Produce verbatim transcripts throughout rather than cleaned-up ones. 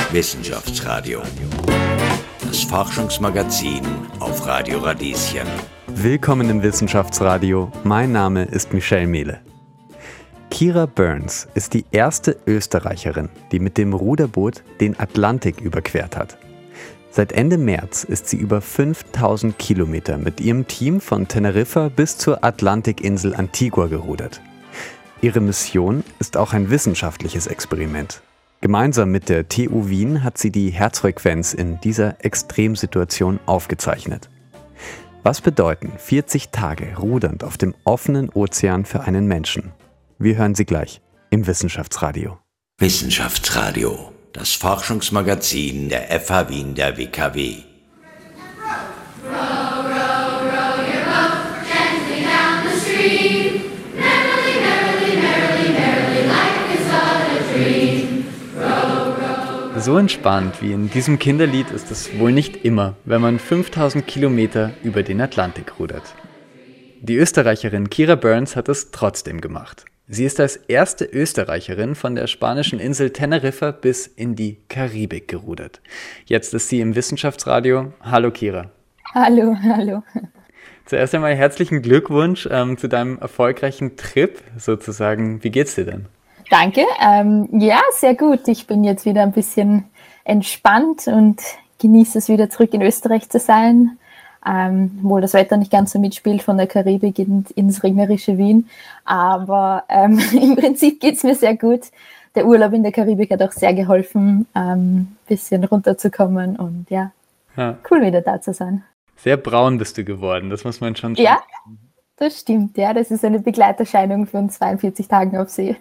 Wissenschaftsradio. Das Forschungsmagazin auf Radio Radieschen. Willkommen im Wissenschaftsradio. Mein Name ist Michelle Mehle. Kira Burns ist die erste Österreicherin, die mit dem Ruderboot den Atlantik überquert hat. Seit Ende März ist sie über fünftausend Kilometer mit ihrem Team von Teneriffa bis zur Atlantikinsel Antigua gerudert. Ihre Mission ist auch ein wissenschaftliches Experiment. Gemeinsam mit der T U Wien hat sie die Herzfrequenz in dieser Extremsituation aufgezeichnet. Was bedeuten vierzig Tage rudernd auf dem offenen Ozean für einen Menschen? Wir hören sie gleich im Wissenschaftsradio. Wissenschaftsradio, das Forschungsmagazin der F H Wien der W K W. So entspannt wie in diesem Kinderlied ist es wohl nicht immer, wenn man fünftausend Kilometer über den Atlantik rudert. Die Österreicherin Kira Burns hat es trotzdem gemacht. Sie ist als erste Österreicherin von der spanischen Insel Teneriffa bis in die Karibik gerudert. Jetzt ist sie im Wissenschaftsradio. Hallo Kira. Hallo, hallo. Zuerst einmal herzlichen Glückwunsch ähm, zu deinem erfolgreichen Trip sozusagen. Wie geht's dir denn? Danke. Ähm, ja, sehr gut. Ich bin jetzt wieder ein bisschen entspannt und genieße es wieder zurück in Österreich zu sein, ähm, wo das Wetter nicht ganz so mitspielt von der Karibik in, ins regnerische Wien. Aber ähm, im Prinzip geht es mir sehr gut. Der Urlaub in der Karibik hat auch sehr geholfen, ein ähm, bisschen runterzukommen und ja, ja, cool wieder da zu sein. Sehr braun bist du geworden, das muss man schon sagen. Ja, das stimmt, ja. Das ist eine Begleiterscheinung von zweiundvierzig Tagen auf See.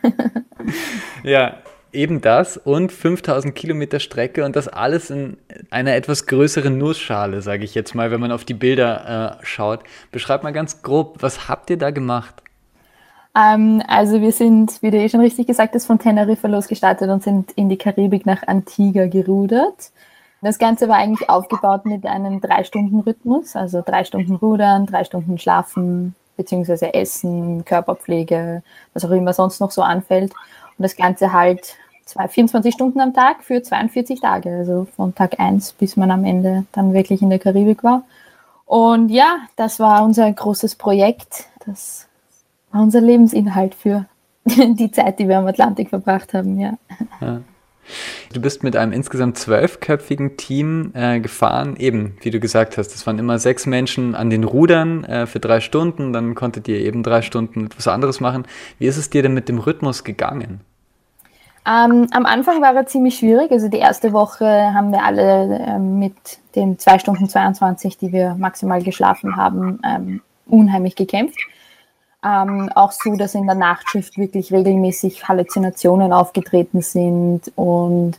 Ja, eben das und fünftausend Kilometer Strecke und das alles in einer etwas größeren Nussschale, sage ich jetzt mal, wenn man auf die Bilder äh, schaut. Beschreib mal ganz grob, was habt ihr da gemacht? Ähm, also wir sind, wie du eh schon richtig gesagt hast, von Teneriffa losgestartet und sind in die Karibik nach Antigua gerudert. Das Ganze war eigentlich aufgebaut mit einem Drei-Stunden-Rhythmus, also drei Stunden rudern, drei Stunden schlafen, beziehungsweise Essen, Körperpflege, was auch immer sonst noch so anfällt. Und das Ganze halt vierundzwanzig Stunden am Tag für zweiundvierzig Tage, also von Tag eins bis man am Ende dann wirklich in der Karibik war. Und ja, das war unser großes Projekt. Das war unser Lebensinhalt für die Zeit, die wir am Atlantik verbracht haben, ja. Ja. Du bist mit einem insgesamt zwölfköpfigen Team äh, gefahren, eben, wie du gesagt hast, es waren immer sechs Menschen an den Rudern äh, für drei Stunden, dann konntet ihr eben drei Stunden etwas anderes machen. Wie ist es dir denn mit dem Rhythmus gegangen? Ähm, am Anfang war er ziemlich schwierig, also die erste Woche haben wir alle ähm, mit den zwei Stunden zweiundzwanzig, die wir maximal geschlafen haben, ähm, unheimlich gekämpft. Ähm, auch so, dass in der Nachtschicht wirklich regelmäßig Halluzinationen aufgetreten sind und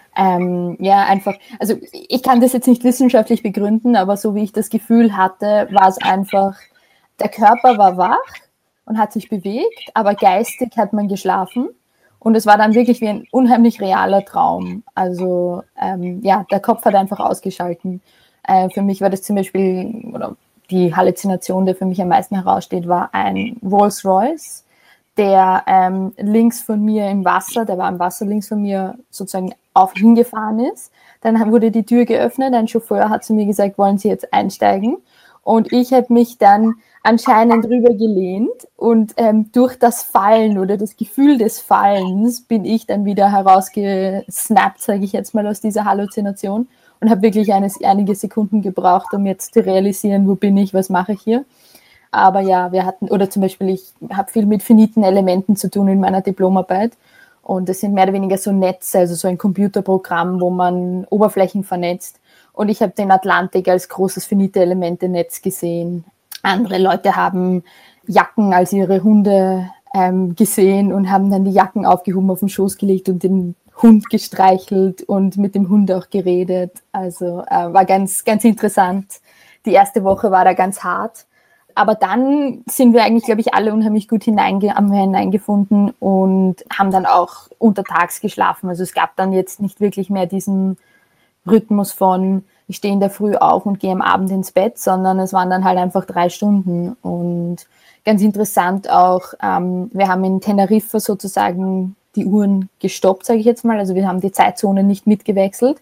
ähm, ja, einfach, also ich kann das jetzt nicht wissenschaftlich begründen, aber so wie ich das Gefühl hatte, war es einfach, der Körper war wach und hat sich bewegt, aber geistig hat man geschlafen und es war dann wirklich wie ein unheimlich realer Traum. Also ähm, ja, der Kopf hat einfach ausgeschalten. Äh, für mich war das zum Beispiel, oder die Halluzination, die für mich am meisten heraussteht, war ein Rolls-Royce, der ähm, links von mir im Wasser, der war im Wasser links von mir sozusagen auf hingefahren ist. Dann wurde die Tür geöffnet, ein Chauffeur hat zu mir gesagt, wollen Sie jetzt einsteigen? Und ich habe mich dann anscheinend drüber gelehnt und ähm, durch das Fallen oder das Gefühl des Fallens bin ich dann wieder herausgesnappt, sage ich jetzt mal, aus dieser Halluzination. Und habe wirklich eines, einige Sekunden gebraucht, um jetzt zu realisieren, wo bin ich, was mache ich hier. Aber ja, wir hatten, oder zum Beispiel, ich habe viel mit finiten Elementen zu tun in meiner Diplomarbeit. Und das sind mehr oder weniger so Netze, also so ein Computerprogramm, wo man Oberflächen vernetzt. Und ich habe den Atlantik als großes finite Elemente-Netz gesehen. Andere Leute haben Jacken als ihre Hunde ähm, gesehen und haben dann die Jacken aufgehoben, auf den Schoß gelegt und den Hund gestreichelt und mit dem Hund auch geredet. Also äh, war ganz, ganz interessant. Die erste Woche war da ganz hart. Aber dann sind wir eigentlich, glaube ich, alle unheimlich gut hineinge- haben wir hineingefunden und haben dann auch untertags geschlafen. Also es gab dann jetzt nicht wirklich mehr diesen Rhythmus von, ich stehe in der Früh auf und gehe am Abend ins Bett, sondern es waren dann halt einfach drei Stunden. Und ganz interessant auch, ähm, wir haben in Teneriffa sozusagen die Uhren gestoppt, sage ich jetzt mal. Also wir haben die Zeitzone nicht mitgewechselt.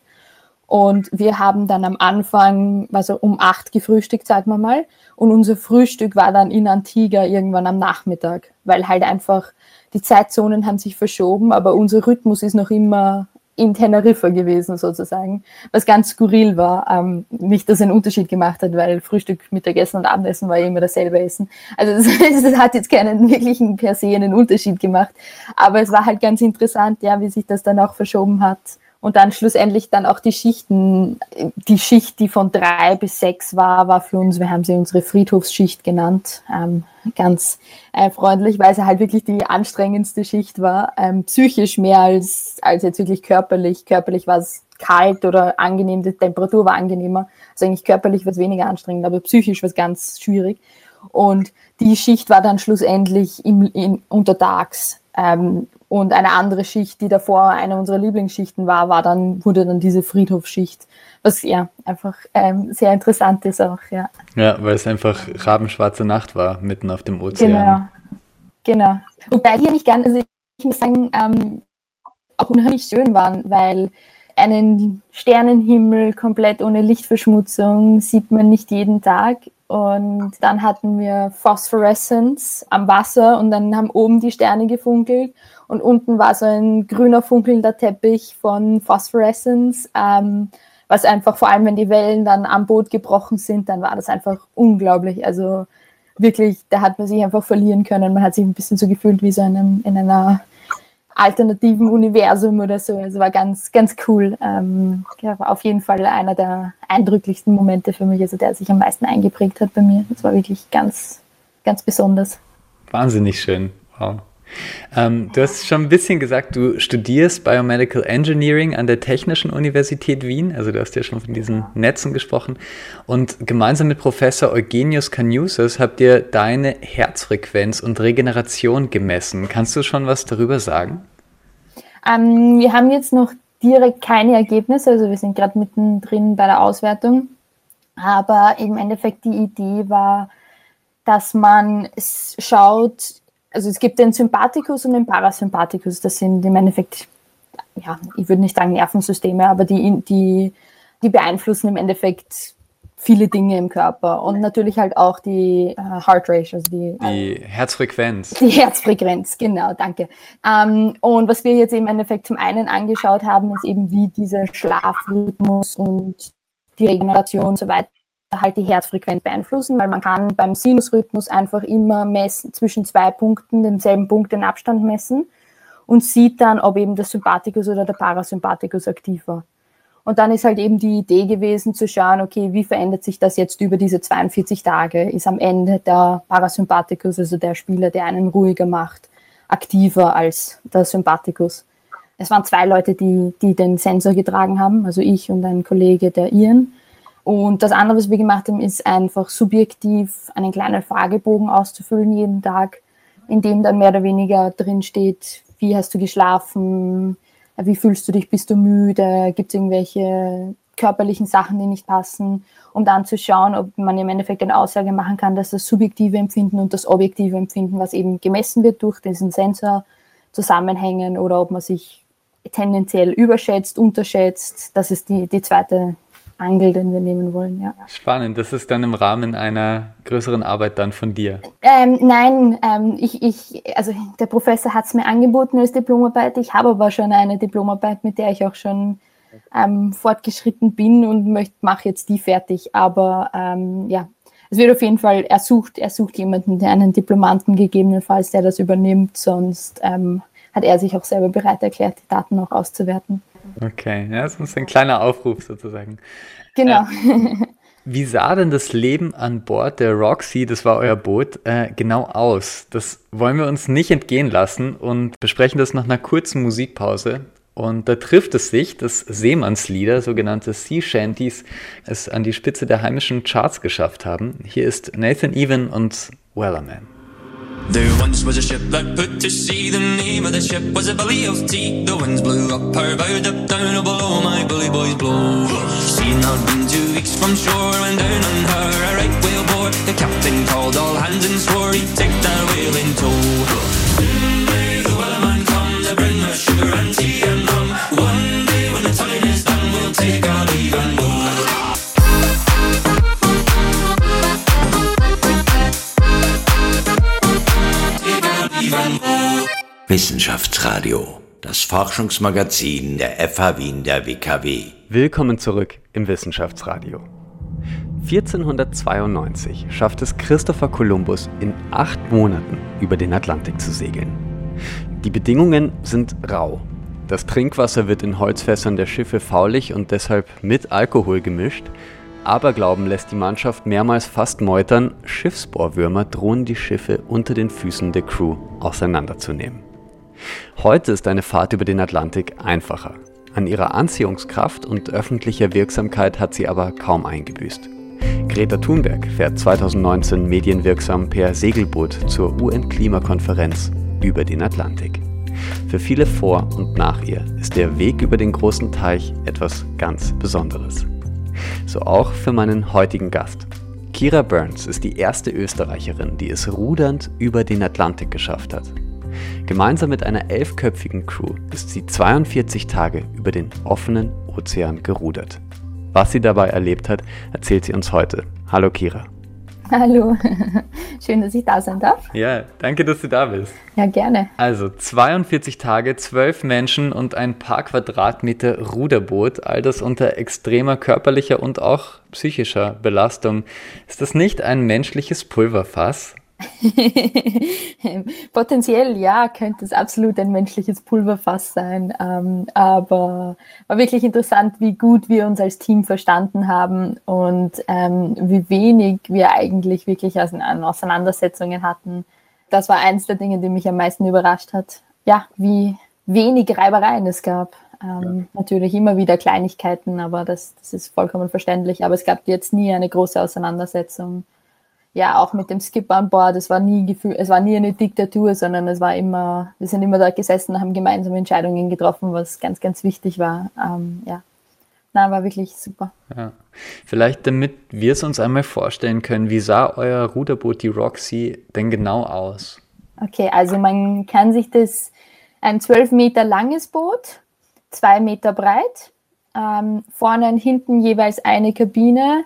Und wir haben dann am Anfang, also um acht gefrühstückt, sagen wir mal. Und unser Frühstück war dann in Antigua irgendwann am Nachmittag, weil halt einfach die Zeitzonen haben sich verschoben, aber unser Rhythmus ist noch immer in Teneriffa gewesen sozusagen, was ganz skurril war. Ähm, nicht, dass es einen Unterschied gemacht hat, weil Frühstück, Mittagessen und Abendessen war immer dasselbe Essen. Also es hat jetzt keinen wirklichen per se einen Unterschied gemacht, aber es war halt ganz interessant, ja, wie sich das dann auch verschoben hat. Und dann schlussendlich dann auch die Schichten, die Schicht, die von drei bis sechs war, war für uns, wir haben sie unsere Friedhofsschicht genannt, ähm, ganz äh, freundlich, weil sie halt wirklich die anstrengendste Schicht war, ähm, psychisch mehr als, als jetzt wirklich körperlich. Körperlich war es kalt oder angenehm, die Temperatur war angenehmer, also eigentlich körperlich war es weniger anstrengend, aber psychisch war es ganz schwierig. Und die Schicht war dann schlussendlich im, in, untertags. Ähm, und eine andere Schicht, die davor eine unserer Lieblingsschichten war, war dann, wurde dann diese Friedhofsschicht, was ja einfach ähm, sehr interessant ist auch, ja. Ja, weil es einfach rabenschwarze Nacht war, mitten auf dem Ozean. Genau, genau. Wobei die nicht gerne, also ich muss sagen, ähm, auch unheimlich schön waren, weil einen Sternenhimmel komplett ohne Lichtverschmutzung sieht man nicht jeden Tag. Und dann hatten wir Phosphorescence am Wasser und dann haben oben die Sterne gefunkelt und unten war so ein grüner funkelnder Teppich von Phosphorescence, ähm, was einfach, vor allem wenn die Wellen dann am Boot gebrochen sind, dann war das einfach unglaublich. Also wirklich, da hat man sich einfach verlieren können. Man hat sich ein bisschen so gefühlt wie so einem, in einer alternativen Universum oder so. Also war ganz, ganz cool. Ähm, ja, war auf jeden Fall einer der eindrücklichsten Momente für mich, also der sich am meisten eingeprägt hat bei mir. Das war wirklich ganz, ganz besonders. Wahnsinnig schön. Wow. Ähm, du hast schon ein bisschen gesagt, du studierst Biomedical Engineering an der Technischen Universität Wien. Also du hast ja schon von diesen Netzen gesprochen. Und gemeinsam mit Professor Eugenius Caniousas habt ihr deine Herzfrequenz und Regeneration gemessen. Kannst du schon was darüber sagen? Ähm, wir haben jetzt noch direkt keine Ergebnisse, also wir sind gerade mittendrin bei der Auswertung. Aber im Endeffekt die Idee war, dass man schaut, also es gibt den Sympathikus und den Parasympathikus, das sind im Endeffekt, ja, ich würde nicht sagen Nervensysteme, aber die, die, die beeinflussen im Endeffekt viele Dinge im Körper und natürlich halt auch die uh, Heart Rate, also die, die äh, Herzfrequenz. Die Herzfrequenz, genau, danke. Ähm, und was wir jetzt im Endeffekt zum einen angeschaut haben, ist eben, wie dieser Schlafrhythmus und die Regeneration und so weiter halt die Herzfrequenz beeinflussen, weil man kann beim Sinusrhythmus einfach immer messen, zwischen zwei Punkten, denselben Punkt, den Abstand messen und sieht dann, ob eben der Sympathikus oder der Parasympathikus aktiv war. Und dann ist halt eben die Idee gewesen, zu schauen, okay, wie verändert sich das jetzt über diese zweiundvierzig Tage? Ist am Ende der Parasympathikus, also der Spieler, der einen ruhiger macht, aktiver als der Sympathikus? Es waren zwei Leute, die, die den Sensor getragen haben, also ich und ein Kollege, der Ian. Und das andere, was wir gemacht haben, ist einfach subjektiv einen kleinen Fragebogen auszufüllen jeden Tag, in dem dann mehr oder weniger drin steht, wie hast du geschlafen, wie fühlst du dich, bist du müde, gibt es irgendwelche körperlichen Sachen, die nicht passen, um dann zu schauen, ob man im Endeffekt eine Aussage machen kann, dass das subjektive Empfinden und das objektive Empfinden, was eben gemessen wird durch diesen Sensor, zusammenhängen oder ob man sich tendenziell überschätzt, unterschätzt. Das ist die, die zweite Angel, den wir nehmen wollen, ja. Spannend, das ist dann im Rahmen einer größeren Arbeit dann von dir? Ähm, nein, ähm, ich, ich, also der Professor hat es mir angeboten als Diplomarbeit, ich habe aber schon eine Diplomarbeit, mit der ich auch schon ähm, fortgeschritten bin und möchte, mache jetzt die fertig, aber ähm, ja, es wird auf jeden Fall, er sucht, er sucht jemanden, der einen Diplomanten gegebenenfalls, der das übernimmt, sonst ähm, hat er sich auch selber bereit erklärt, die Daten auch auszuwerten. Okay, ja, das ist ein kleiner Aufruf sozusagen. Genau. Äh, wie sah denn das Leben an Bord der Roxy, das war euer Boot, äh, genau aus? Das wollen wir uns nicht entgehen lassen und besprechen das nach einer kurzen Musikpause. Und da trifft es sich, dass Seemannslieder, sogenannte Sea Shanties, es an die Spitze der heimischen Charts geschafft haben. Hier ist Nathan Even und Wellerman. There once was a ship that put to sea. The name of the ship was a Billy of Tea. The winds blew up her bow, up down, oh below my bully boys blow. She had not been two weeks from shore when down on her a right whale bore. The captain called all hands and swore he'd take that whale in tow. Soon may the wellerman come to bring her Wissenschaftsradio, das Forschungsmagazin der F H Wien der W K W. Willkommen zurück im Wissenschaftsradio. vierzehnhundertzweiundneunzig schafft es Christopher Columbus in acht Monaten über den Atlantik zu segeln. Die Bedingungen sind rau. Das Trinkwasser wird in Holzfässern der Schiffe faulig und deshalb mit Alkohol gemischt. Aberglauben lässt die Mannschaft mehrmals fast meutern, Schiffsbohrwürmer drohen die Schiffe unter den Füßen der Crew auseinanderzunehmen. Heute ist eine Fahrt über den Atlantik einfacher. An ihrer Anziehungskraft und öffentlicher Wirksamkeit hat sie aber kaum eingebüßt. Greta Thunberg fährt zweitausendneunzehn medienwirksam per Segelboot zur U N-Klimakonferenz über den Atlantik. Für viele vor und nach ihr ist der Weg über den großen Teich etwas ganz Besonderes. So auch für meinen heutigen Gast. Kira Burns ist die erste Österreicherin, die es rudernd über den Atlantik geschafft hat. Gemeinsam mit einer elfköpfigen Crew ist sie zweiundvierzig Tage über den offenen Ozean gerudert. Was sie dabei erlebt hat, erzählt sie uns heute. Hallo Kira. Hallo, schön, dass ich da sein darf. Ja, danke, dass du da bist. Ja, gerne. Also zweiundvierzig Tage, zwölf Menschen und ein paar Quadratmeter Ruderboot, all das unter extremer körperlicher und auch psychischer Belastung. Ist das nicht ein menschliches Pulverfass? Potenziell, ja, könnte es absolut ein menschliches Pulverfass sein, ähm, aber war wirklich interessant, wie gut wir uns als Team verstanden haben und ähm, wie wenig wir eigentlich wirklich an Auseinandersetzungen hatten. Das war eins der Dinge, die mich am meisten überrascht hat. Ja, wie wenig Reibereien es gab. Ähm, ja. Natürlich immer wieder Kleinigkeiten, aber das, das ist vollkommen verständlich. Aber es gab jetzt nie eine große Auseinandersetzung. Ja, auch mit dem Skipper an Bord, es war nie Gefühl, es war nie eine Diktatur, sondern es war immer, wir sind immer dort gesessen, haben gemeinsame Entscheidungen getroffen, was ganz, ganz wichtig war. Ähm, ja, na, war wirklich super. Ja. Vielleicht, damit wir es uns einmal vorstellen können, wie sah euer Ruderboot, die Roxy, denn genau aus? Okay, also man kann sich das, ein zwölf Meter langes Boot, zwei Meter breit, ähm, vorne und hinten jeweils eine Kabine,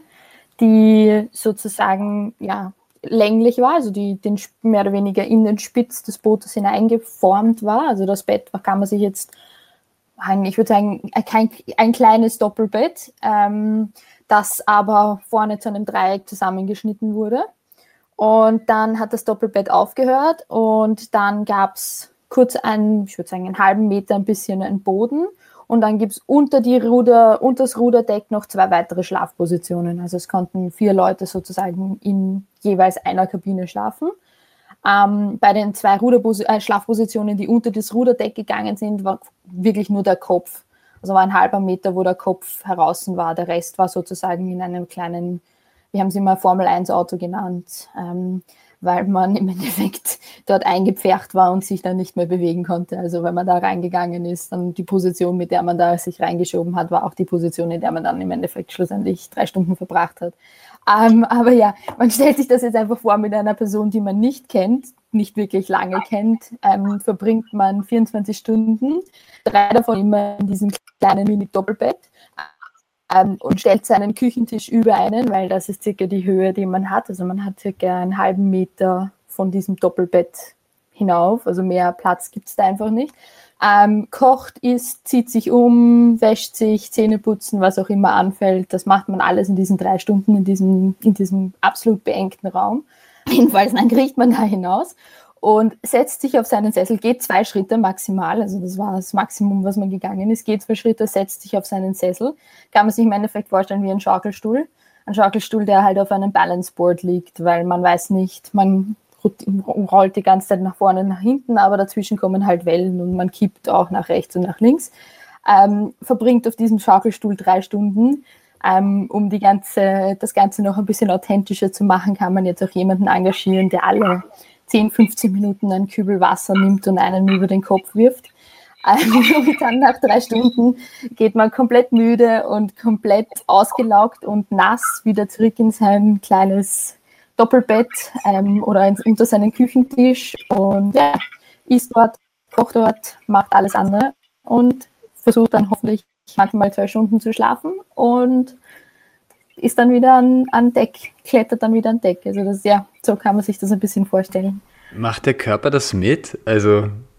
die sozusagen ja, länglich war, also die den mehr oder weniger in den Spitz des Bootes hineingeformt war. Also das Bett kann man sich jetzt, ich würde sagen, ein, ein kleines Doppelbett, ähm, das aber vorne zu einem Dreieck zusammengeschnitten wurde. Und dann hat das Doppelbett aufgehört und dann gab es kurz einen, ich würde sagen, einen halben Meter ein bisschen einen Boden. Und dann gibt es unter, die Ruder, unter das Ruderdeck noch zwei weitere Schlafpositionen. Also es konnten vier Leute sozusagen in jeweils einer Kabine schlafen. Ähm, bei den zwei Ruderpos- äh, Schlafpositionen, die unter das Ruderdeck gegangen sind, war wirklich nur der Kopf. Also war ein halber Meter, wo der Kopf heraus war. Der Rest war sozusagen in einem kleinen, wir haben es immer Formel eins Auto genannt, ähm, weil man im Endeffekt dort eingepfercht war und sich dann nicht mehr bewegen konnte. Also wenn man da reingegangen ist, dann die Position, mit der man da sich reingeschoben hat, war auch die Position, in der man dann im Endeffekt schlussendlich drei Stunden verbracht hat. Ähm, aber ja, man stellt sich das jetzt einfach vor mit einer Person, die man nicht kennt, nicht wirklich lange kennt, ähm, verbringt man vierundzwanzig Stunden, drei davon immer in diesem kleinen Mini-Doppelbett. Ähm, und stellt seinen Küchentisch über einen, weil das ist circa die Höhe, die man hat. Also man hat circa einen halben Meter von diesem Doppelbett hinauf, also mehr Platz gibt es da einfach nicht. Ähm, kocht, isst, zieht sich um, wäscht sich, Zähne putzen, was auch immer anfällt. Das macht man alles in diesen drei Stunden, in diesem, in diesem absolut beengten Raum. Jedenfalls, dann kriegt man da hinaus und setzt sich auf seinen Sessel, geht zwei Schritte maximal, also das war das Maximum, was man gegangen ist, geht zwei Schritte, setzt sich auf seinen Sessel. Kann man sich im Endeffekt vorstellen wie ein Schaukelstuhl. Ein Schaukelstuhl, der halt auf einem Balanceboard liegt, weil man weiß nicht, man rollt die ganze Zeit nach vorne, nach hinten, aber dazwischen kommen halt Wellen und man kippt auch nach rechts und nach links. Ähm, verbringt auf diesem Schaukelstuhl drei Stunden. Ähm, um die ganze, das Ganze noch ein bisschen authentischer zu machen, kann man jetzt auch jemanden engagieren, der alle zehn, fünfzehn Minuten einen Kübel Wasser nimmt und einen über den Kopf wirft. Und dann nach drei Stunden geht man komplett müde und komplett ausgelaugt und nass wieder zurück in sein kleines Doppelbett ähm, oder ins, unter seinen Küchentisch und ja, isst dort, kocht dort, macht alles andere und versucht dann hoffentlich manchmal zwei Stunden zu schlafen und ist dann wieder an, an Deck, klettert dann wieder an Deck. Also das, ja, so kann man sich das ein bisschen vorstellen. Macht der Körper das mit? Also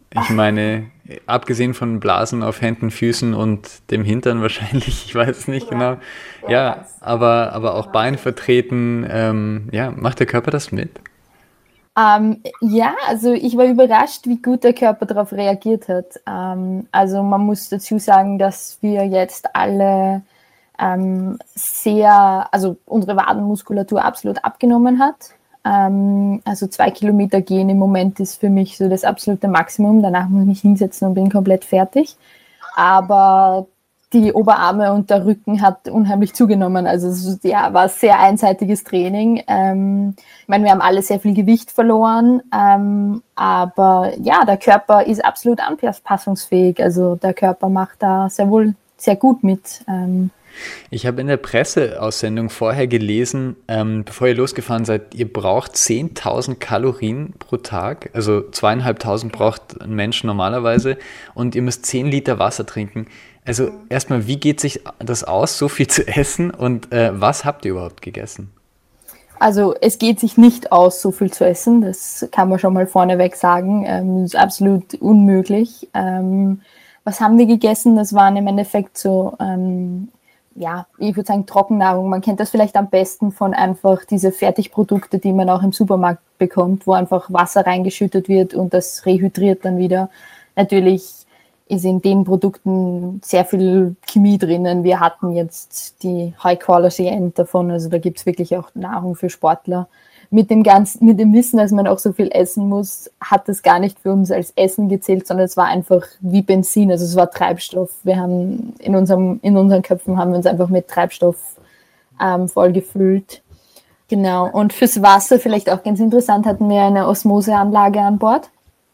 Ich meine, abgesehen von Blasen auf Händen, Füßen und dem Hintern wahrscheinlich, ich weiß es nicht genau. Ja, aber, aber auch Beine vertreten, ähm, ja, macht der Körper das mit? Ähm, ja, also ich war überrascht, wie gut der Körper darauf reagiert hat. Ähm, also man muss dazu sagen, dass wir jetzt alle ähm, sehr, also unsere Wadenmuskulatur absolut abgenommen hat. Ähm, also zwei Kilometer gehen im Moment ist für mich so das absolute Maximum. Danach muss ich mich hinsetzen und bin komplett fertig. Aber die Oberarme und der Rücken hat unheimlich zugenommen. Also es ja, war ein sehr einseitiges Training. Ähm, ich meine, wir haben alle sehr viel Gewicht verloren. Ähm, aber ja, der Körper ist absolut anpassungsfähig. Also der Körper macht da sehr wohl sehr gut mit. Ähm, Ich habe in der Presseaussendung vorher gelesen, ähm, bevor ihr losgefahren seid, ihr braucht zehntausend Kalorien pro Tag, also zweieinhalbtausend braucht ein Mensch normalerweise und ihr müsst zehn Liter Wasser trinken. Also erstmal, wie geht sich das aus, so viel zu essen und äh, was habt ihr überhaupt gegessen? Also es geht sich nicht aus, so viel zu essen, das kann man schon mal vorneweg sagen, ähm, das ist absolut unmöglich. Ähm, was haben wir gegessen? Das waren im Endeffekt so... Ähm, ja, ich würde sagen Trockennahrung. Man kennt das vielleicht am besten von einfach diese Fertigprodukte, die man auch im Supermarkt bekommt, wo einfach Wasser reingeschüttet wird und das rehydriert dann wieder. Natürlich ist in den Produkten sehr viel Chemie drinnen. Wir hatten jetzt die High Quality End davon, also da gibt es wirklich auch Nahrung für Sportler. Mit dem ganzen, mit dem Wissen, dass man auch so viel essen muss, hat das gar nicht für uns als Essen gezählt, sondern es war einfach wie Benzin, also es war Treibstoff. Wir haben in unserem, in unseren Köpfen haben wir uns einfach mit Treibstoff ähm, voll gefüllt. Genau. Und fürs Wasser, vielleicht auch ganz interessant, hatten wir eine Osmoseanlage an Bord.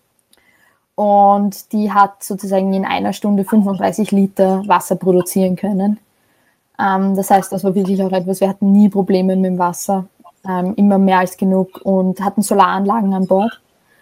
Und die hat sozusagen in einer Stunde fünfunddreißig Liter Wasser produzieren können. Ähm, das heißt, das war wirklich auch etwas, wir hatten nie Probleme mit dem Wasser. Ähm, immer mehr als genug und hatten Solaranlagen an Bord.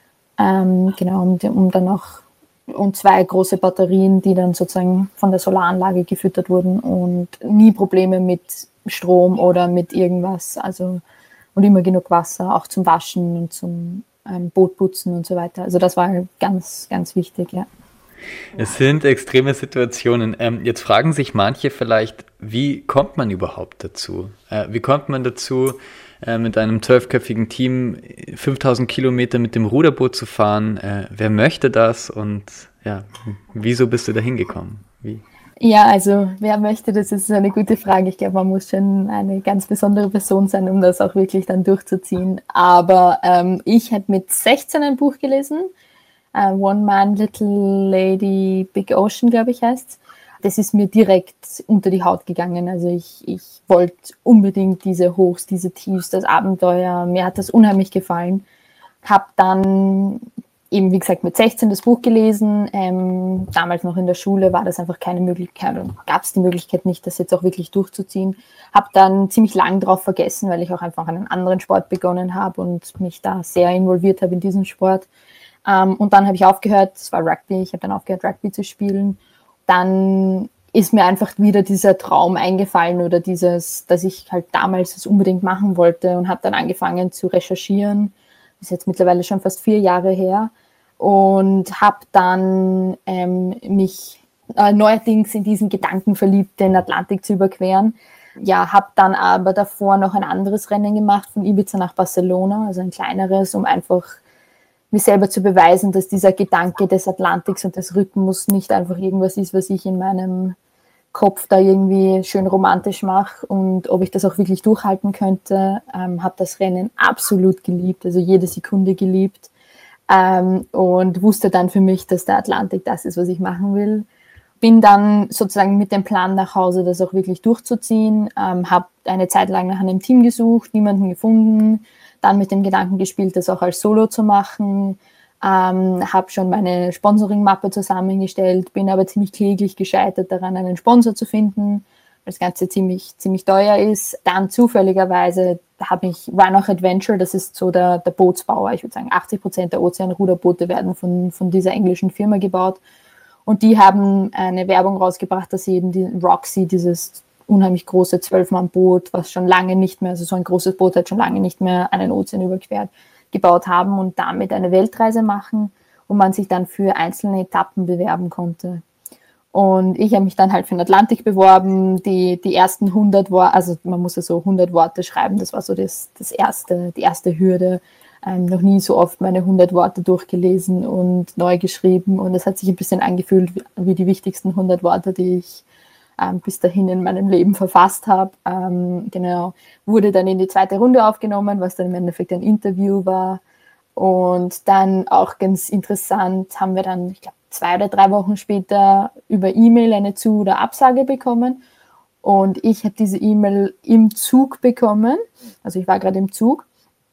Ähm, genau, um, um dann auch und zwei große Batterien, die dann sozusagen von der Solaranlage gefüttert wurden und nie Probleme mit Strom oder mit irgendwas. Also und immer genug Wasser, auch zum Waschen und zum ähm, Bootputzen und so weiter. Also das war ganz, ganz wichtig, ja. Es sind extreme Situationen. Ähm, jetzt fragen sich manche vielleicht, wie kommt man überhaupt dazu? Äh, wie kommt man dazu, äh, mit einem zwölfköpfigen Team fünftausend Kilometer mit dem Ruderboot zu fahren? Äh, wer möchte das und ja, wieso bist du da hingekommen? Wie? Ja, also wer möchte, das ist eine gute Frage. Ich glaube, man muss schon eine ganz besondere Person sein, um das auch wirklich dann durchzuziehen. Aber ähm, ich habe mit sechzehn ein Buch gelesen, Uh, One Man, Little Lady, Big Ocean, glaube ich, heißt. Das ist mir direkt unter die Haut gegangen. Also ich, ich wollte unbedingt diese Hochs, diese Tiefs, das Abenteuer. Mir hat das unheimlich gefallen. Habe dann eben, wie gesagt, mit sechzehn das Buch gelesen. Ähm, damals noch in der Schule war das einfach keine Möglichkeit und gab es die Möglichkeit nicht, das jetzt auch wirklich durchzuziehen. Habe dann ziemlich lang drauf vergessen, weil ich auch einfach einen anderen Sport begonnen habe und mich da sehr involviert habe in diesen Sport. Um, und dann habe ich aufgehört, das war Rugby, ich habe dann aufgehört, Rugby zu spielen. Dann ist mir einfach wieder dieser Traum eingefallen oder dieses, dass ich halt damals das unbedingt machen wollte und habe dann angefangen zu recherchieren. Das ist jetzt mittlerweile schon fast vier Jahre her und habe dann ähm, mich äh, neuerdings in diesen Gedanken verliebt, den Atlantik zu überqueren. Ja, habe dann aber davor noch ein anderes Rennen gemacht, von Ibiza nach Barcelona, also ein kleineres, um einfach mir selber zu beweisen, dass dieser Gedanke des Atlantiks und des Rhythmus nicht einfach irgendwas ist, was ich in meinem Kopf da irgendwie schön romantisch mache und ob ich das auch wirklich durchhalten könnte. Ähm, habe das Rennen absolut geliebt, also jede Sekunde geliebt ähm, und wusste dann für mich, dass der Atlantik das ist, was ich machen will. Bin dann sozusagen mit dem Plan nach Hause, das auch wirklich durchzuziehen, ähm, habe eine Zeit lang nach einem Team gesucht, niemanden gefunden, dann mit dem Gedanken gespielt, das auch als Solo zu machen, ähm, habe schon meine Sponsoring-Mappe zusammengestellt, bin aber ziemlich kläglich gescheitert daran, einen Sponsor zu finden, weil das Ganze ziemlich, ziemlich teuer ist. Dann zufälligerweise habe ich Run Auch Adventure, das ist so der, der Bootsbauer, ich würde sagen achtzig Prozent der Ozeanruderboote werden von, von dieser englischen Firma gebaut und die haben eine Werbung rausgebracht, dass sie eben die Roxy, dieses unheimlich große Zwölf-Mann-Boot, was schon lange nicht mehr, also so ein großes Boot hat schon lange nicht mehr einen Ozean überquert, gebaut haben und damit eine Weltreise machen. wo man sich dann für einzelne Etappen bewerben konnte. Und ich habe mich dann halt für den Atlantik beworben, die, die ersten hundert Worte, also man muss ja so hundert Worte schreiben, das war so das, das erste, die erste Hürde. Ähm, noch nie so oft meine hundert Worte durchgelesen und neu geschrieben und es hat sich ein bisschen angefühlt wie, wie die wichtigsten hundert Worte, die ich ähm, bis dahin in meinem Leben verfasst habe. Ähm, genau, wurde dann in die zweite Runde aufgenommen, was dann im Endeffekt ein Interview war. Und dann auch ganz interessant haben wir dann, ich glaube, zwei oder drei Wochen später über E-Mail eine Zu- oder Absage bekommen. Und ich habe diese E-Mail im Zug bekommen. Also ich war gerade im Zug.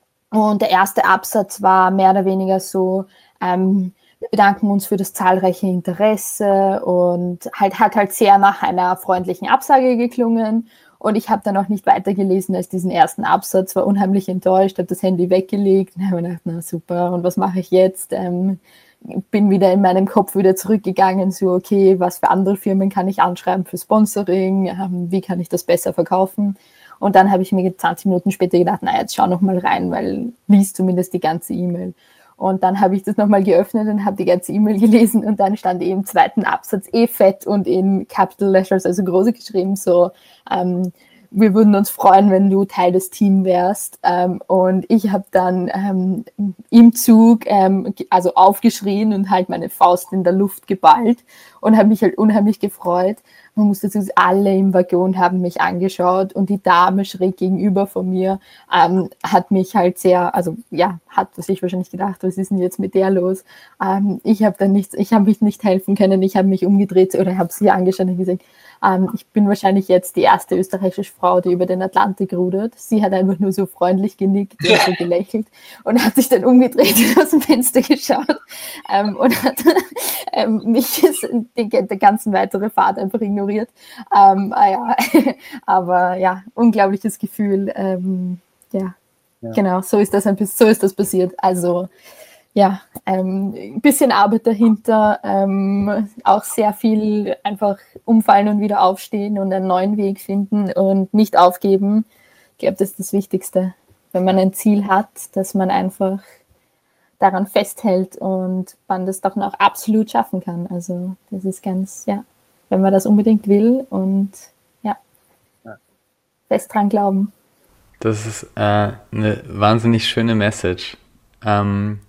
Und der erste Absatz war mehr oder weniger so, ähm, wir bedanken uns für das zahlreiche Interesse und halt hat halt sehr nach einer freundlichen Absage geklungen. Und ich habe dann auch nicht weitergelesen als diesen ersten Absatz, war unheimlich enttäuscht, habe das Handy weggelegt und habe gedacht, na super, und was mache ich jetzt? Ähm, bin wieder in meinem Kopf wieder zurückgegangen, so okay, was für andere Firmen kann ich anschreiben für Sponsoring, ähm, wie kann ich das besser verkaufen? Und dann habe ich mir zwanzig Minuten später gedacht, na jetzt schau noch mal rein, weil lies zumindest die ganze E-Mail. Und dann habe ich das nochmal geöffnet und habe die ganze E-Mail gelesen und dann stand eben im zweiten Absatz eh fett und in Capital Letters, also groß geschrieben, so ähm, wir würden uns freuen, wenn du Teil des Teams wärst. Ähm, und ich habe dann ähm, im Zug ähm, also aufgeschrien und halt meine Faust in der Luft geballt und habe mich halt unheimlich gefreut. Man muss dazu sagen, alle im Waggon haben mich angeschaut und die Dame schräg gegenüber von mir ähm, hat mich halt sehr, also ja, hat sich wahrscheinlich gedacht, was ist denn jetzt mit der los? Ähm, ich habe dann nichts, ich habe mich nicht helfen können, ich habe mich umgedreht oder habe sie angeschaut und gesagt, ähm, ich bin wahrscheinlich jetzt die erste österreichische Frau, die über den Atlantik rudert. Sie hat einfach nur so freundlich genickt und so gelächelt und hat sich dann umgedreht und aus dem Fenster geschaut ähm, und hat ähm, mich die, die ganzen weitere Fahrt einfach ignoriert. Ähm, ah ja. Aber ja, unglaubliches Gefühl. Ähm, ja. ja, genau, so ist das ein bisschen, so ist das passiert. Also ja, ähm, ein bisschen Arbeit dahinter, ähm, auch sehr viel einfach umfallen und wieder aufstehen und einen neuen Weg finden und nicht aufgeben. Ich glaube, das ist das Wichtigste, wenn man ein Ziel hat, dass man einfach daran festhält und man das doch noch absolut schaffen kann. Also das ist ganz, ja, wenn man das unbedingt will und ja, ja. fest dran glauben. Das ist äh, eine wahnsinnig schöne Message. Ähm,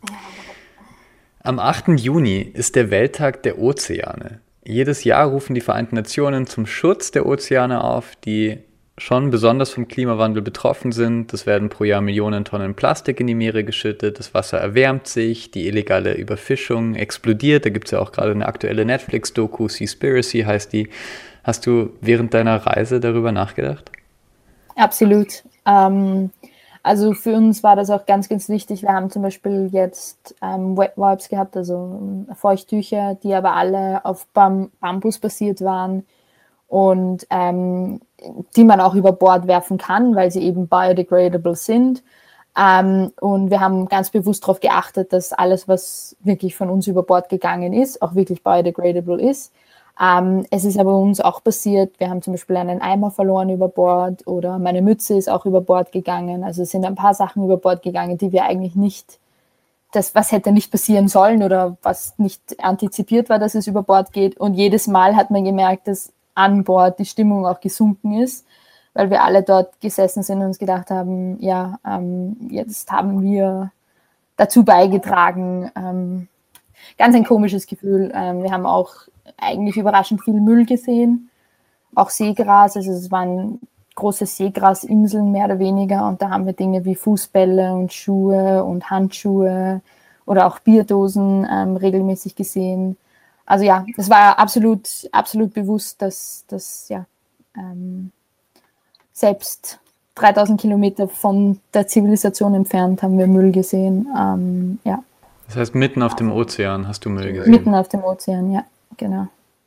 am achten Juni ist der Welttag der Ozeane. Jedes Jahr rufen die Vereinten Nationen zum Schutz der Ozeane auf, die schon besonders vom Klimawandel betroffen sind. Es werden pro Jahr Millionen Tonnen Plastik in die Meere geschüttet, das Wasser erwärmt sich, die illegale Überfischung explodiert. Da gibt es ja auch gerade eine aktuelle Netflix-Doku, Seaspiracy heißt die. Hast du während deiner Reise darüber nachgedacht? Absolut. Ähm, also für uns war das auch ganz, ganz wichtig. Wir haben zum Beispiel jetzt ähm, Wet Wipes gehabt, also ähm, Feuchttücher, die aber alle auf Bam- Bambus basiert waren und ähm, die man auch über Bord werfen kann, weil sie eben biodegradable sind. Ähm, und wir haben ganz bewusst darauf geachtet, dass alles, was wirklich von uns über Bord gegangen ist, auch wirklich biodegradable ist. Ähm, es ist aber uns auch passiert, wir haben zum Beispiel einen Eimer verloren über Bord oder meine Mütze ist auch über Bord gegangen. Also es sind ein paar Sachen über Bord gegangen, die wir eigentlich nicht, das, was hätte nicht passieren sollen oder was nicht antizipiert war, dass es über Bord geht. Und jedes Mal hat man gemerkt, dass an Bord die Stimmung auch gesunken ist, weil wir alle dort gesessen sind und uns gedacht haben, ja, ähm, jetzt haben wir dazu beigetragen. Ähm, ganz ein komisches Gefühl. Ähm, wir haben auch eigentlich überraschend viel Müll gesehen, auch Seegras, also es waren große Seegrasinseln mehr oder weniger und da haben wir Dinge wie Fußbälle und Schuhe und Handschuhe oder auch Bierdosen ähm, regelmäßig gesehen. Also ja, es war absolut, absolut bewusst, dass, dass ja, ähm, selbst dreitausend Kilometer von der Zivilisation entfernt haben wir Müll gesehen. Ähm, ja. Das heißt, mitten auf dem Ozean hast du Müll gesehen? Mitten auf dem Ozean, ja, genau.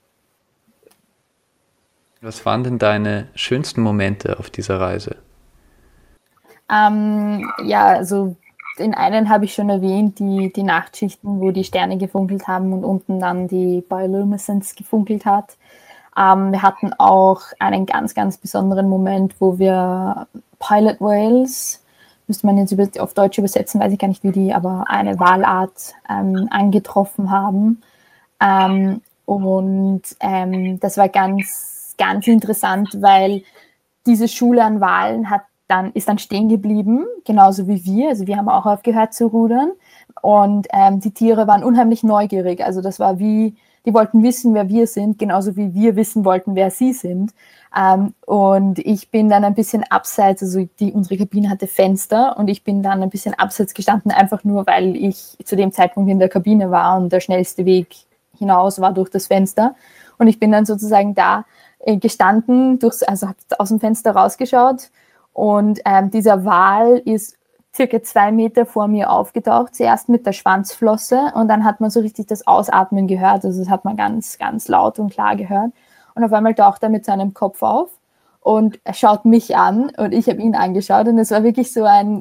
Was waren denn deine schönsten Momente auf dieser Reise? Ähm, ja, also den einen habe ich schon erwähnt, die, die Nachtschichten, wo die Sterne gefunkelt haben und unten dann die Bioluminescence gefunkelt hat. Ähm, wir hatten auch einen ganz, ganz besonderen Moment, wo wir Pilot Whales müsste man jetzt über, auf Deutsch übersetzen, weiß ich gar nicht wie die, aber eine Walart ähm, angetroffen haben. Ähm, und ähm, das war ganz, ganz interessant, weil diese Schule an Walen hat dann, ist dann stehen geblieben, genauso wie wir. Also wir haben auch aufgehört zu rudern. Und ähm, die Tiere waren unheimlich neugierig. Also das war wie, die wollten wissen, wer wir sind, genauso wie wir wissen wollten, wer sie sind. Ähm, und ich bin dann ein bisschen abseits, also die, unsere Kabine hatte Fenster und ich bin dann ein bisschen abseits gestanden, einfach nur, weil ich zu dem Zeitpunkt in der Kabine war und der schnellste Weg hinaus war durch das Fenster. Und ich bin dann sozusagen da äh, gestanden, durchs, also habe aus dem Fenster rausgeschaut und ähm, dieser Wal ist circa zwei Meter vor mir aufgetaucht, zuerst mit der Schwanzflosse und dann hat man so richtig das Ausatmen gehört, also das hat man ganz, ganz laut und klar gehört und auf einmal taucht er mit seinem Kopf auf und er schaut mich an und ich habe ihn angeschaut und es war wirklich so ein,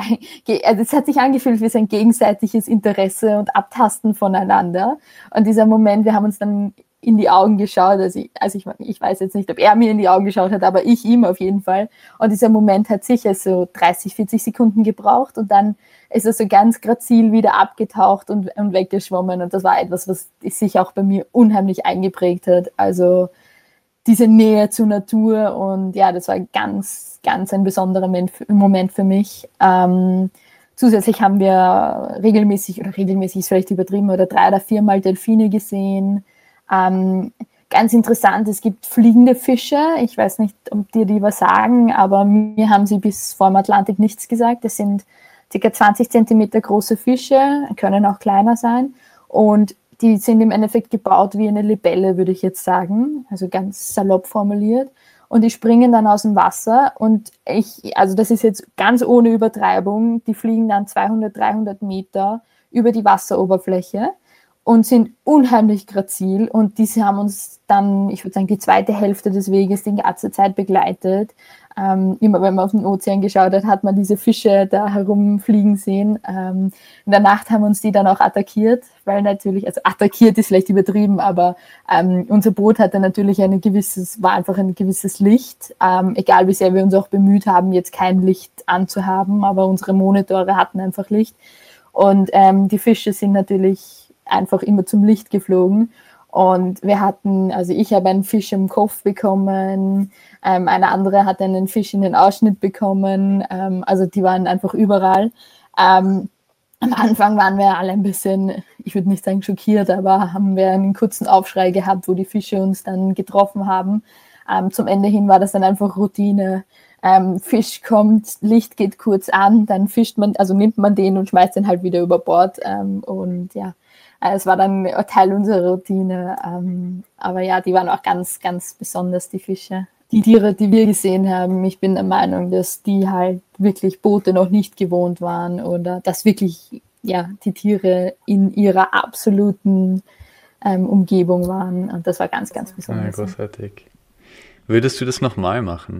also es hat sich angefühlt wie so ein gegenseitiges Interesse und Abtasten voneinander und dieser Moment, wir haben uns dann in die Augen geschaut, also ich, also ich, ich weiß jetzt nicht, ob er mir in die Augen geschaut hat, aber ich ihm auf jeden Fall. Und dieser Moment hat sicher so dreißig, vierzig Sekunden gebraucht und dann ist er so ganz grazil wieder abgetaucht und, und weggeschwommen und das war etwas, was sich auch bei mir unheimlich eingeprägt hat. Also diese Nähe zur Natur und ja, das war ganz, ganz ein besonderer Moment für mich. Ähm, zusätzlich haben wir regelmäßig, oder regelmäßig ist vielleicht übertrieben, oder drei oder viermal Delfine gesehen. Ähm, ganz interessant, es gibt fliegende Fische. Ich weiß nicht, ob dir die was sagen, aber mir haben sie bis vor dem Atlantik nichts gesagt. Das sind ca. zwanzig Zentimeter große Fische, können auch kleiner sein. Und die sind im Endeffekt gebaut wie eine Libelle, würde ich jetzt sagen. Also ganz salopp formuliert. Und die springen dann aus dem Wasser. Und ich, also das ist jetzt ganz ohne Übertreibung, die fliegen dann zweihundert, dreihundert Meter über die Wasseroberfläche und sind unheimlich grazil und diese haben uns dann, ich würde sagen, die zweite Hälfte des Weges die ganze Zeit begleitet. Ähm, immer wenn man auf den Ozean geschaut hat, hat man diese Fische da herumfliegen sehen. Ähm, in der Nacht haben uns die dann auch attackiert, weil natürlich, also attackiert ist vielleicht übertrieben, aber ähm, unser Boot hatte natürlich ein gewisses, war einfach ein gewisses Licht, ähm, egal wie sehr wir uns auch bemüht haben, jetzt kein Licht anzuhaben, aber unsere Monitore hatten einfach Licht und ähm, die Fische sind natürlich einfach immer zum Licht geflogen und wir hatten, also ich habe einen Fisch im Kopf bekommen, ähm, eine andere hat einen Fisch in den Ausschnitt bekommen, ähm, also die waren einfach überall. Ähm, am Anfang waren wir alle ein bisschen, ich würde nicht sagen schockiert, aber haben wir einen kurzen Aufschrei gehabt, wo die Fische uns dann getroffen haben. Ähm, zum Ende hin war das dann einfach Routine. Ähm, Fisch kommt, Licht geht kurz an, dann fischt man, also nimmt man den und schmeißt den halt wieder über Bord ähm, und ja, es war dann Teil unserer Routine, ähm, aber ja, die waren auch ganz, ganz besonders, die Fische. Die Tiere, die wir gesehen haben, ich bin der Meinung, dass die halt wirklich Boote noch nicht gewohnt waren oder dass wirklich ja, die Tiere in ihrer absoluten ähm, Umgebung waren und das war ganz, ganz besonders. Ja, großartig. Würdest du das nochmal machen?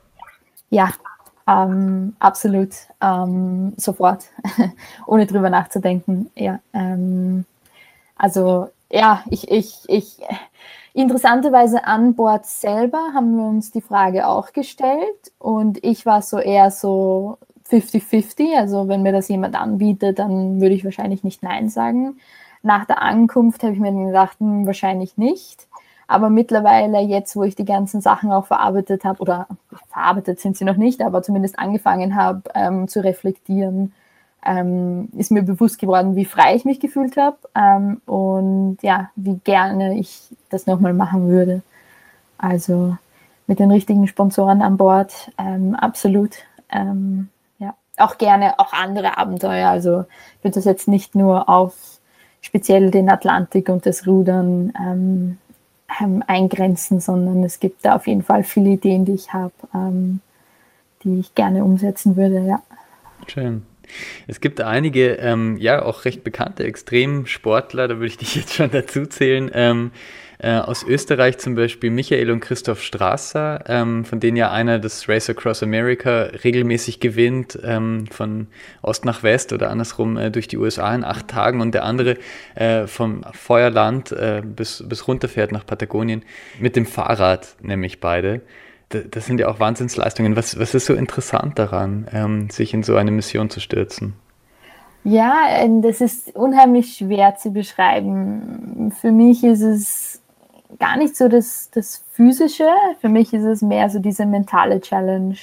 Ja, ähm, absolut, ähm, sofort, ohne drüber nachzudenken, ja, ähm, also ja, ich, ich, ich, interessanterweise an Bord selber haben wir uns die Frage auch gestellt und ich war so eher so fünfzig fünfzig, also wenn mir das jemand anbietet, dann würde ich wahrscheinlich nicht Nein sagen. Nach der Ankunft habe ich mir dann gedacht, hm, wahrscheinlich nicht, aber mittlerweile jetzt, wo ich die ganzen Sachen auch verarbeitet habe, oder verarbeitet sind sie noch nicht, aber zumindest angefangen habe ähm, zu reflektieren, Ähm, ist mir bewusst geworden, wie frei ich mich gefühlt habe ähm, und ja, wie gerne ich das nochmal machen würde. Also mit den richtigen Sponsoren an Bord, ähm, absolut. Ähm, ja. Auch gerne auch andere Abenteuer. Also ich würde das jetzt nicht nur auf speziell den Atlantik und das Rudern ähm, ähm, eingrenzen, sondern es gibt da auf jeden Fall viele Ideen, die ich habe, ähm, die ich gerne umsetzen würde. Ja. Schön. Es gibt einige, ähm, ja, auch recht bekannte Extremsportler, da würde ich dich jetzt schon dazu zählen, ähm, äh, aus Österreich zum Beispiel Michael und Christoph Strasser, ähm, von denen ja einer das Race Across America regelmäßig gewinnt, ähm, von Ost nach West oder andersrum äh, durch die U S A in acht Tagen und der andere äh, vom Feuerland äh, bis, bis runterfährt nach Patagonien mit dem Fahrrad, nämlich beide. das sind ja auch Wahnsinnsleistungen. Was, was ist so interessant daran, ähm, sich in so eine Mission zu stürzen? Ja, das ist unheimlich schwer zu beschreiben. Für mich ist es gar nicht so das, das Physische, für mich ist es mehr so diese mentale Challenge.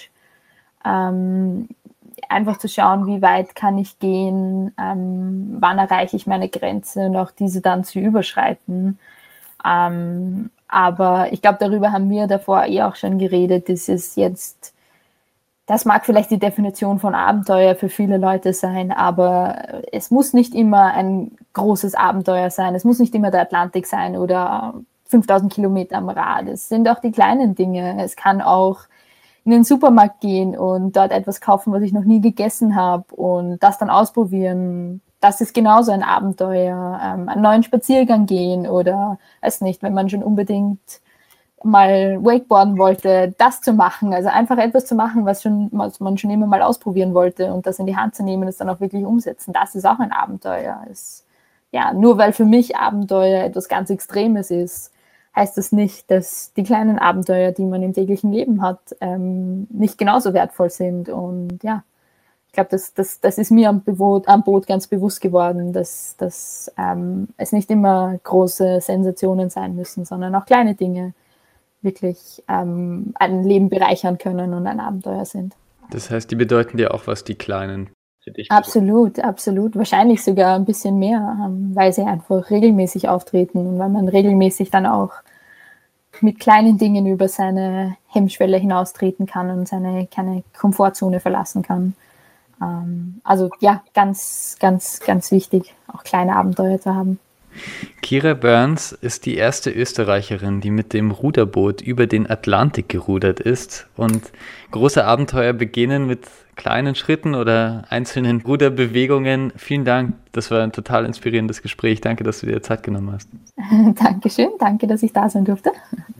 Ähm, einfach zu schauen, wie weit kann ich gehen, ähm, wann erreiche ich meine Grenze und auch diese dann zu überschreiten. Ähm, aber ich glaube, darüber haben wir davor eh auch schon geredet. Das ist jetzt, das mag vielleicht die Definition von Abenteuer für viele Leute sein, aber es muss nicht immer ein großes Abenteuer sein. Es muss nicht immer der Atlantik sein oder fünftausend Kilometer am Rad. Es sind auch die kleinen Dinge. Es kann auch in den Supermarkt gehen und dort etwas kaufen, was ich noch nie gegessen habe und das dann ausprobieren. Das ist genauso ein Abenteuer. Ähm, einen neuen Spaziergang gehen oder, weiß nicht, wenn man schon unbedingt mal Wakeboarden wollte, das zu machen. Also einfach etwas zu machen, was, schon, was man schon immer mal ausprobieren wollte und das in die Hand zu nehmen und es dann auch wirklich umsetzen. Das ist auch ein Abenteuer. Es, ja, nur weil für mich Abenteuer etwas ganz Extremes ist, heißt das nicht, dass die kleinen Abenteuer, die man im täglichen Leben hat, ähm, nicht genauso wertvoll sind. Und ja, ich glaube, das, das, das ist mir am, Boot, am Boot ganz bewusst geworden, dass, dass ähm, es nicht immer große Sensationen sein müssen, sondern auch kleine Dinge wirklich ähm, ein Leben bereichern können und ein Abenteuer sind. Das heißt, die bedeuten dir auch was, die kleinen? Für dich absolut, absolut. Wahrscheinlich sogar ein bisschen mehr, ähm, weil sie einfach regelmäßig auftreten und weil man regelmäßig dann auch mit kleinen Dingen über seine Hemmschwelle hinaustreten kann und seine keine Komfortzone verlassen kann. Ähm, also ja, ganz, ganz, ganz wichtig, auch kleine Abenteuer zu haben. Kira Burns ist die erste Österreicherin, die mit dem Ruderboot über den Atlantik gerudert ist. Und große Abenteuer beginnen mit kleinen Schritten oder einzelnen Ruderbewegungen. Vielen Dank, das war ein total inspirierendes Gespräch. Danke, dass du dir Zeit genommen hast. Dankeschön, danke, dass ich da sein durfte.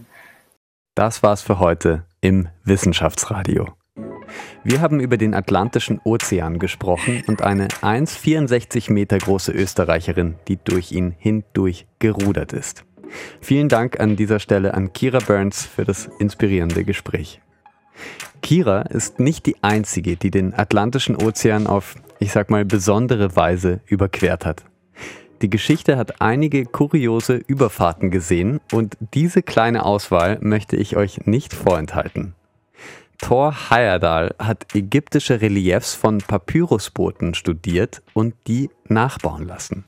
Das war's für heute im Wissenschaftsradio. Wir haben über den Atlantischen Ozean gesprochen und eine eins Komma vierundsechzig Meter große Österreicherin, die durch ihn hindurch gerudert ist. Vielen Dank an dieser Stelle an Kira Burns für das inspirierende Gespräch. Kira ist nicht die einzige, die den Atlantischen Ozean auf, ich sag mal, besondere Weise überquert hat. Die Geschichte hat einige kuriose Überfahrten gesehen und diese kleine Auswahl möchte ich euch nicht vorenthalten. Thor Heyerdahl hat ägyptische Reliefs von Papyrusbooten studiert und die nachbauen lassen.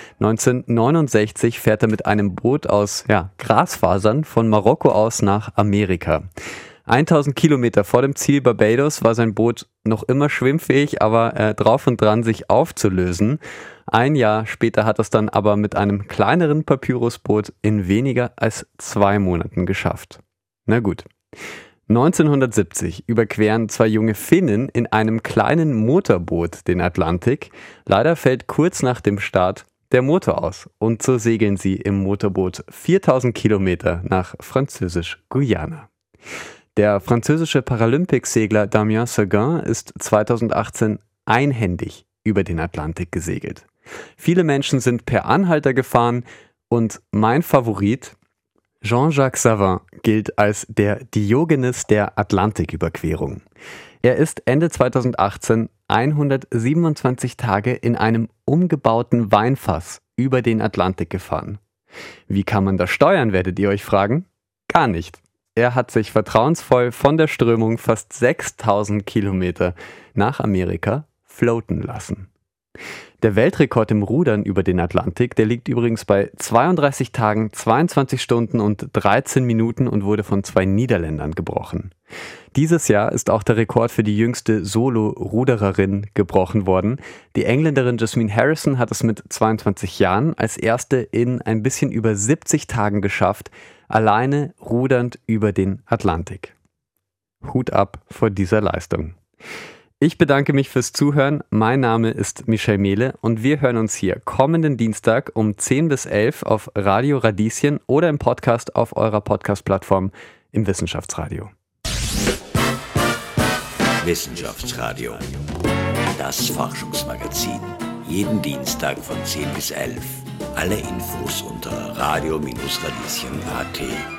neunzehnhundertneunundsechzig fährt er mit einem Boot aus ja, Grasfasern von Marokko aus nach Amerika. tausend Kilometer vor dem Ziel Barbados war sein Boot noch immer schwimmfähig, aber äh, drauf und dran, sich aufzulösen. Ein Jahr später hat er es dann aber mit einem kleineren Papyrusboot in weniger als zwei Monaten geschafft. Na gut. neunzehnhundertsiebzig überqueren zwei junge Finnen in einem kleinen Motorboot den Atlantik. Leider fällt kurz nach dem Start der Motor aus und so segeln sie im Motorboot viertausend Kilometer nach Französisch-Guyana. Der französische Paralympicsegler Damien Seguin ist zweitausendachtzehn einhändig über den Atlantik gesegelt. Viele Menschen sind per Anhalter gefahren und mein Favorit, Jean-Jacques Savin, gilt als der Diogenes der Atlantiküberquerung. Er ist Ende zweitausendachtzehn hundertsiebenundzwanzig Tage in einem umgebauten Weinfass über den Atlantik gefahren. Wie kann man das steuern, werdet ihr euch fragen? Gar nicht. Er hat sich vertrauensvoll von der Strömung fast sechstausend Kilometer nach Amerika floaten lassen. Der Weltrekord im Rudern über den Atlantik, der liegt übrigens bei zweiunddreißig Tagen, zweiundzwanzig Stunden und dreizehn Minuten und wurde von zwei Niederländern gebrochen. Dieses Jahr ist auch der Rekord für die jüngste Solo-Rudererin gebrochen worden. Die Engländerin Jasmine Harrison hat es mit zweiundzwanzig Jahren als erste in ein bisschen über siebzig Tagen geschafft, alleine rudernd über den Atlantik. Hut ab vor dieser Leistung. Ich bedanke mich fürs Zuhören. Mein Name ist Michel Mehle und wir hören uns hier kommenden Dienstag um zehn bis elf auf Radio Radieschen oder im Podcast auf eurer Podcast-Plattform im Wissenschaftsradio. Wissenschaftsradio, das Forschungsmagazin. Jeden Dienstag von zehn bis elf. Alle Infos unter radio Bindestrich radieschen Punkt a t.